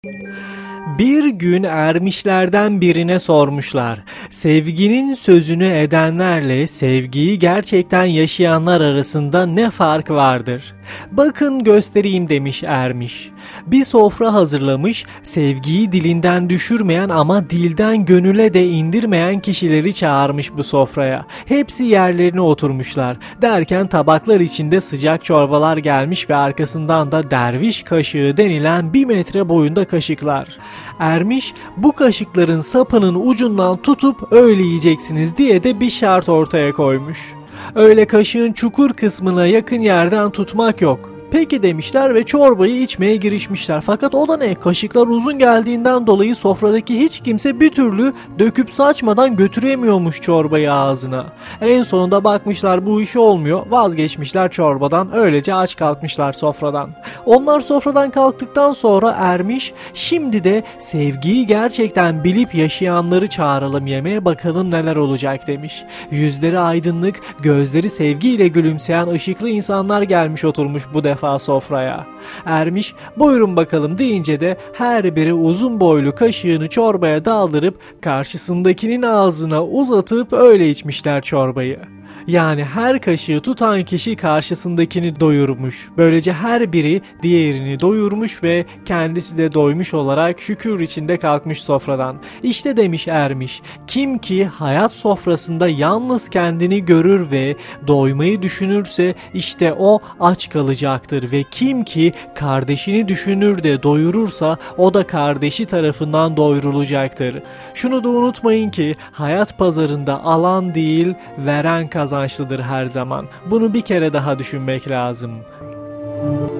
Bir gün ermişlerden birine sormuşlar. Sevginin sözünü edenlerle sevgiyi gerçekten yaşayanlar arasında ne fark vardır? Bakın göstereyim demiş ermiş. Bir sofra hazırlamış, sevgiyi dilinden düşürmeyen ama dilden gönüle de indirmeyen kişileri çağırmış bu sofraya. Hepsi yerlerine oturmuşlar. Derken tabaklar içinde sıcak çorbalar gelmiş ve arkasından da derviş kaşığı denilen 1 metre boyunda kaşıklar. Ermiş bu kaşıkların sapının ucundan tutup öyle yiyeceksiniz diye de bir şart ortaya koymuş. Öyle kaşığın çukur kısmına yakın yerden tutmak yok. Peki demişler ve çorbayı içmeye girişmişler. Fakat o da ne? Kaşıklar uzun geldiğinden dolayı sofradaki hiç kimse bir türlü döküp saçmadan götüremiyormuş çorbayı ağzına. En sonunda bakmışlar bu işi olmuyor. Vazgeçmişler çorbadan. Öylece aç kalkmışlar sofradan. Onlar sofradan kalktıktan sonra ermiş, şimdi de sevgiyi gerçekten bilip yaşayanları çağıralım yemeğe, bakalım neler olacak demiş. Yüzleri aydınlık, gözleri sevgiyle gülümseyen ışıklı insanlar gelmiş oturmuş bu defa sofraya. Ermiş buyurun bakalım deyince de her biri uzun boylu kaşığını çorbaya daldırıp karşısındakinin ağzına uzatıp öyle içmişler çorbayı. Yani her kaşığı tutan kişi karşısındakini doyurmuş. Böylece her biri diğerini doyurmuş ve kendisi de doymuş olarak şükür içinde kalkmış sofradan. İşte demiş ermiş, kim ki hayat sofrasında yalnız kendini görür ve doymayı düşünürse işte o aç kalacaktır ve kim ki kardeşini düşünür de doyurursa o da kardeşi tarafından doyurulacaktır. Şunu da unutmayın ki hayat pazarında alan değil, veren kazançlıdır her zaman. Bunu bir kere daha düşünmek lazım.